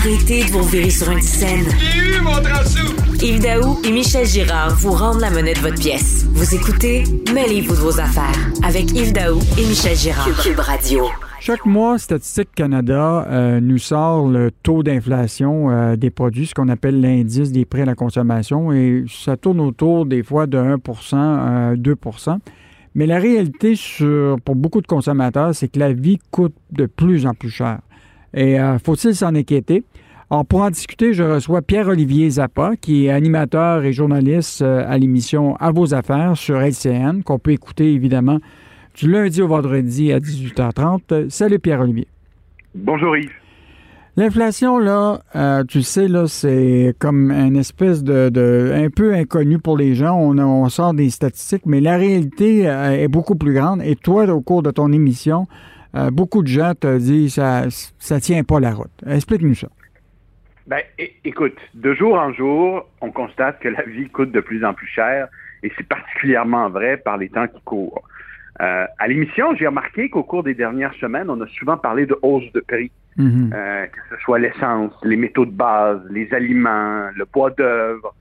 Arrêtez de vous revirer sur une scène. J'ai eu mon transou! Yves Daou et Michel Girard vous rendent la monnaie de votre pièce. Vous écoutez Mêlez-vous de vos affaires avec Yves Daou et Michel Girard. Cube Radio. Chaque mois, Statistique Canada nous sort le taux d'inflation des produits, ce qu'on appelle l'indice des prix à la consommation, et ça tourne autour des fois de 1 2 Mais la réalité pour beaucoup de consommateurs, c'est que la vie coûte de plus en plus cher. Et faut-il s'en inquiéter? Alors, pour en discuter, je reçois Pierre-Olivier Zappa, qui est animateur et journaliste à l'émission À vos affaires sur LCN, qu'on peut écouter évidemment du lundi au vendredi à 18h30. Salut Pierre-Olivier. Bonjour Yves. L'inflation, là, tu le sais, là, c'est comme une espèce de un peu inconnu pour les gens. On sort des statistiques, mais la réalité est beaucoup plus grande. Et toi, au cours de ton émission, beaucoup de gens te disent ça tient pas la route. Explique-nous ça. Ben, écoute, de jour en jour, on constate que la vie coûte de plus en plus cher, et c'est particulièrement vrai par les temps qui courent. À l'émission, j'ai remarqué qu'au cours des dernières semaines, on a souvent parlé de hausse de prix, que ce soit l'essence, les métaux de base, les aliments, le bois d'œuvre.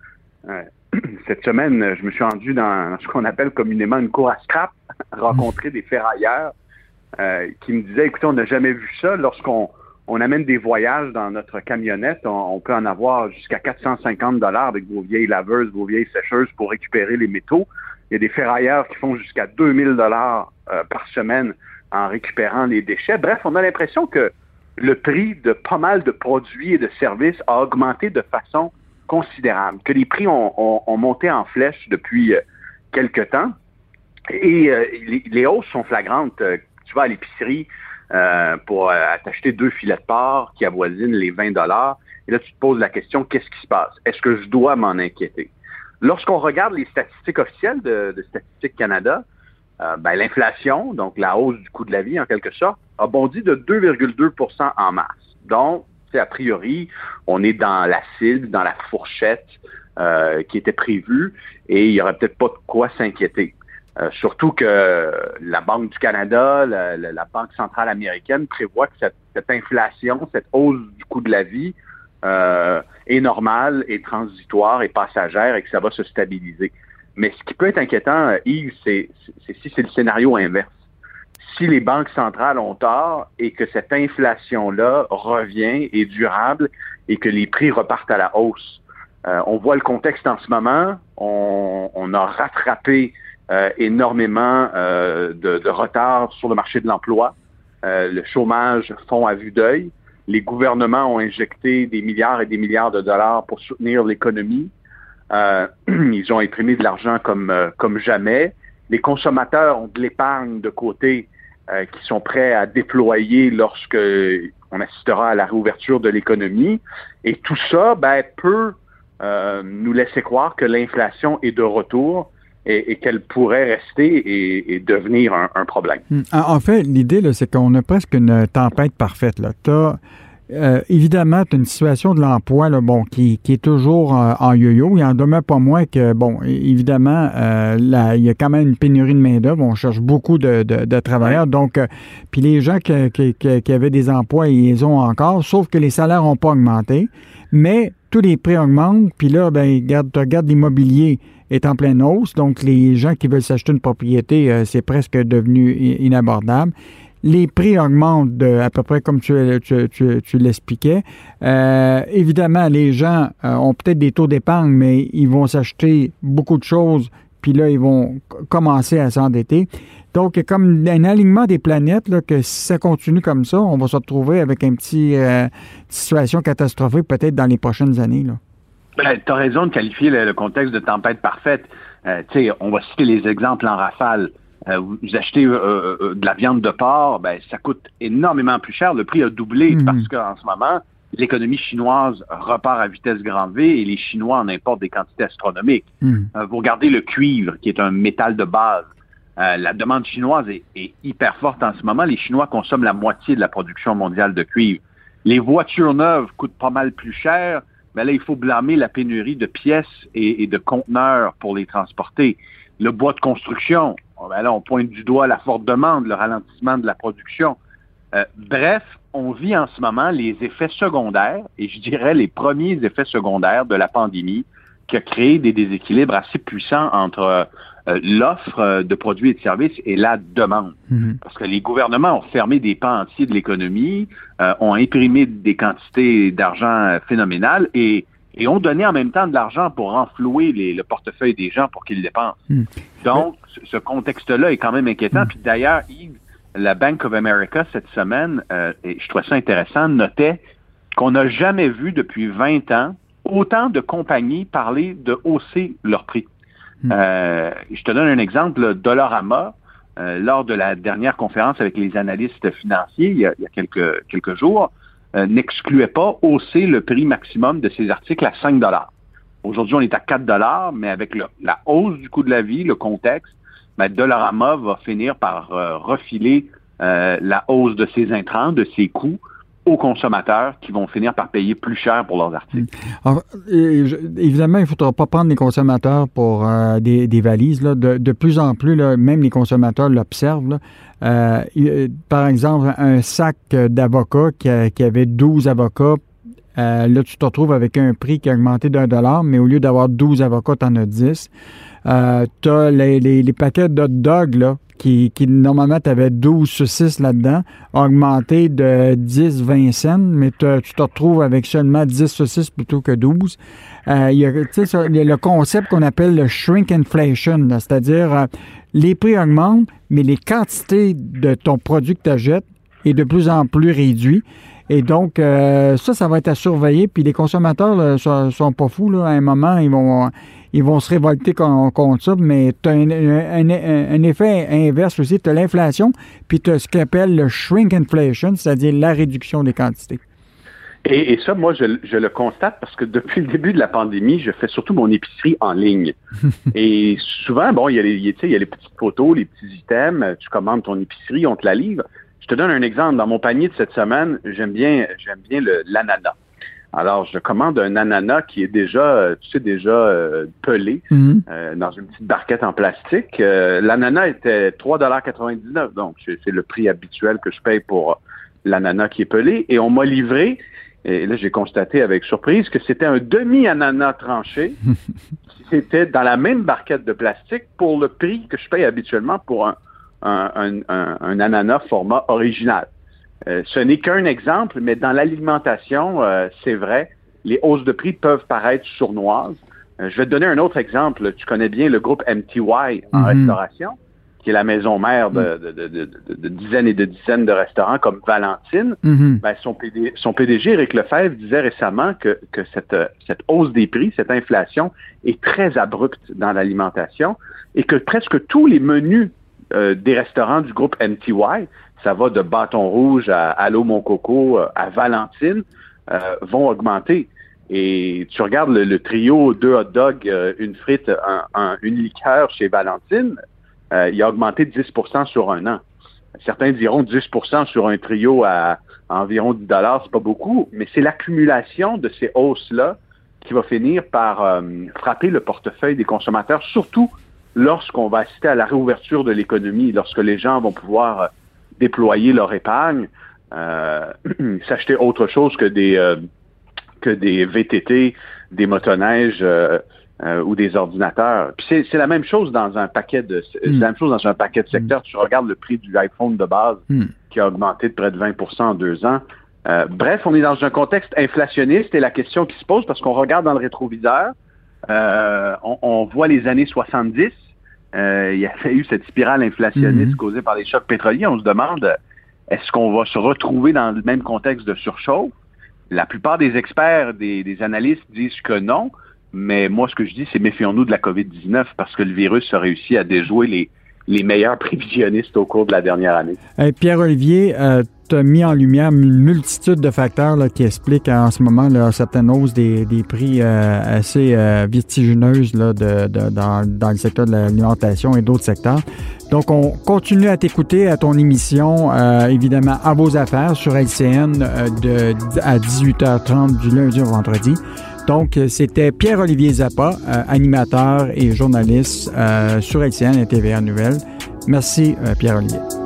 Cette semaine, je me suis rendu dans ce qu'on appelle communément une cour à scrap, rencontrer des ferrailleurs qui me disaient, écoutez, on n'a jamais vu ça. Lorsqu'on amène des voyages dans notre camionnette, on peut en avoir jusqu'à 450 $ avec vos vieilles laveuses, vos vieilles sécheuses pour récupérer les métaux. Il y a des ferrailleurs qui font jusqu'à 2000 $ par semaine en récupérant les déchets. Bref, on a l'impression que le prix de pas mal de produits et de services a augmenté de façon considérable, que les prix ont monté en flèche depuis quelque temps. Et les hausses sont flagrantes. Tu vas à l'épicerie pour t'acheter 2 filets de porc qui avoisinent les 20 $. Et là, tu te poses la question, qu'est-ce qui se passe? Est-ce que je dois m'en inquiéter? Lorsqu'on regarde les statistiques officielles de Statistique Canada, l'inflation, donc la hausse du coût de la vie en quelque sorte, a bondi de 2,2 % en mars. Donc, a priori, on est dans la cible, dans la fourchette qui était prévue, et il n'y aurait peut-être pas de quoi s'inquiéter. Surtout que la Banque du Canada, la Banque centrale américaine prévoit que cette inflation, cette hausse du coût de la vie est normale, est transitoire, est passagère et que ça va se stabiliser. Mais ce qui peut être inquiétant, Yves, c'est si c'est le scénario inverse. Si les banques centrales ont tort et que cette inflation-là revient, est durable et que les prix repartent à la hausse. On voit le contexte en ce moment. On a rattrapé énormément de retard sur le marché de l'emploi. Le chômage fond à vue d'œil. Les gouvernements ont injecté des milliards et des milliards de dollars pour soutenir l'économie. Ils ont imprimé de l'argent comme jamais. Les consommateurs ont de l'épargne de côté qui sont prêts à déployer lorsque on assistera à la réouverture de l'économie. Et tout ça peut nous laisser croire que l'inflation est de retour et qu'elle pourrait rester et devenir un problème. En fait, l'idée, là, c'est qu'on a presque une tempête parfaite. Là. Évidemment, tu as une situation de l'emploi là, qui est toujours en yo-yo. Il en demeure pas moins que, évidemment, il y a quand même une pénurie de main-d'œuvre. On cherche beaucoup de travailleurs. Donc, puis les gens qui avaient des emplois, ils les ont encore, sauf que les salaires n'ont pas augmenté. Mais tous les prix augmentent. Puis là, tu regardes l'immobilier est en pleine hausse. Donc, les gens qui veulent s'acheter une propriété, c'est presque devenu inabordable. Les prix augmentent à peu près comme tu l'expliquais. Évidemment, les gens ont peut-être des taux d'épargne, mais ils vont s'acheter beaucoup de choses, puis là, ils vont commencer à s'endetter. Donc, il y a comme un alignement des planètes, là, que si ça continue comme ça, on va se retrouver avec une petite situation catastrophique peut-être dans les prochaines années, là. Tu as raison de qualifier le contexte de tempête parfaite. On va citer les exemples en rafale. Vous achetez de la viande de porc, ça coûte énormément plus cher. Le prix a doublé parce qu'en ce moment, l'économie chinoise repart à vitesse grand V et les Chinois en importent des quantités astronomiques. Vous regardez le cuivre, qui est un métal de base. La demande chinoise est hyper forte en ce moment. Les Chinois consomment la moitié de la production mondiale de cuivre. Les voitures neuves coûtent pas mal plus cher. Mais là, il faut blâmer la pénurie de pièces et de conteneurs pour les transporter. Le bois de construction, là, on pointe du doigt la forte demande, le ralentissement de la production. Bref, on vit en ce moment les effets secondaires, et je dirais les premiers effets secondaires de la pandémie qui a créé des déséquilibres assez puissants entre l'offre de produits et de services et la demande. Parce que les gouvernements ont fermé des pans entiers de l'économie, ont imprimé des quantités d'argent phénoménales et ont donné en même temps de l'argent pour renflouer le portefeuille des gens pour qu'ils le dépensent. Donc, ce contexte-là est quand même inquiétant. Puis d'ailleurs, Yves, la Bank of America, cette semaine, et je trouvais ça intéressant, notait qu'on n'a jamais vu depuis 20 ans autant de compagnies parler de hausser leurs prix. Je te donne un exemple, Dollarama, lors de la dernière conférence avec les analystes financiers, il y a quelques jours, n'excluait pas hausser le prix maximum de ses articles à 5 $. Aujourd'hui, on est à 4 $, mais avec la hausse du coût de la vie, le contexte, Dollarama va finir par refiler la hausse de ses intrants, de ses coûts aux consommateurs qui vont finir par payer plus cher pour leurs articles. Alors, évidemment, il ne faudra pas prendre les consommateurs pour des valises. Là. De plus en plus, là, même les consommateurs l'observent. Par exemple, un sac d'avocats qui avait 12 avocats, là, tu te retrouves avec un prix qui a augmenté d'$, mais au lieu d'avoir 12 avocats, tu en as 10. Tu as les paquets d'hot dog, là, qui normalement, tu avais 12 saucisses là-dedans, augmenté de 10-20 cents, mais tu te retrouves avec seulement 10 saucisses plutôt que 12. Il y a le concept qu'on appelle le shrink inflation, là, c'est-à-dire les prix augmentent, mais les quantités de ton produit que tu achètes est de plus en plus réduit. Et donc, ça va être à surveiller. Puis les consommateurs là, sont pas fous. Là. À un moment, ils vont se révolter contre ça. Mais tu as un effet inverse aussi. Tu as l'inflation, puis tu as ce qu'on appelle le shrink inflation, c'est-à-dire la réduction des quantités. Et ça, moi, je le constate parce que depuis le début de la pandémie, je fais surtout mon épicerie en ligne. Et souvent, bon, il y a les petites photos, les petits items. Tu commandes ton épicerie, on te la livre. Je te donne un exemple. Dans mon panier de cette semaine, j'aime bien l'ananas. Alors, je commande un ananas qui est déjà pelé dans une petite barquette en plastique. L'ananas était $3,99. Donc, c'est le prix habituel que je paye pour l'ananas qui est pelé. Et on m'a livré, et là, j'ai constaté avec surprise que c'était un demi-ananas tranché. C'était dans la même barquette de plastique pour le prix que je paye habituellement pour un ananas format original. Ce n'est qu'un exemple, mais dans l'alimentation, c'est vrai, les hausses de prix peuvent paraître sournoises. Je vais te donner un autre exemple. Tu connais bien le groupe MTY en restauration, qui est la maison mère de dizaines et de dizaines de restaurants comme Valentine. Son PDG, Éric Lefebvre, disait récemment que cette hausse des prix, cette inflation, est très abrupte dans l'alimentation et que presque tous les menus des restaurants du groupe MTY, ça va de Bâton Rouge à Allô Mon Coco, à Valentine, vont augmenter. Et tu regardes le trio 2 hot dogs, une frite, une liqueur chez Valentine, il a augmenté de 10% sur un an. Certains diront 10% sur un trio à environ $10, c'est pas beaucoup, mais c'est l'accumulation de ces hausses-là qui va finir par frapper le portefeuille des consommateurs, surtout lorsqu'on va assister à la réouverture de l'économie, lorsque les gens vont pouvoir déployer leur épargne, s'acheter autre chose que des VTT, des motoneiges ou des ordinateurs. Puis c'est la même chose dans un paquet de secteurs. Tu regardes le prix du iPhone de base qui a augmenté de près de 20% en 2 ans. Bref, on est dans un contexte inflationniste et la question qui se pose, parce qu'on regarde dans le rétroviseur, on voit les années 70. Il y a eu cette spirale inflationniste causée par les chocs pétroliers. On se demande, est-ce qu'on va se retrouver dans le même contexte de surchauffe? La plupart des experts, des analystes disent que non, mais moi, ce que je dis, c'est méfions-nous de la COVID-19 parce que le virus a réussi à déjouer les meilleurs prévisionnistes au cours de la dernière année. Pierre-Olivier, tu as mis en lumière une multitude de facteurs là, qui expliquent en ce moment là, certaines hausses des prix assez vertigineuses là, dans le secteur de l'alimentation et d'autres secteurs. Donc, on continue à t'écouter à ton émission, évidemment, À vos affaires sur LCN à 18h30 du lundi au vendredi. Donc, c'était Pierre-Olivier Zappa, animateur et journaliste sur LCN et TVA Nouvelles. Merci, Pierre-Olivier.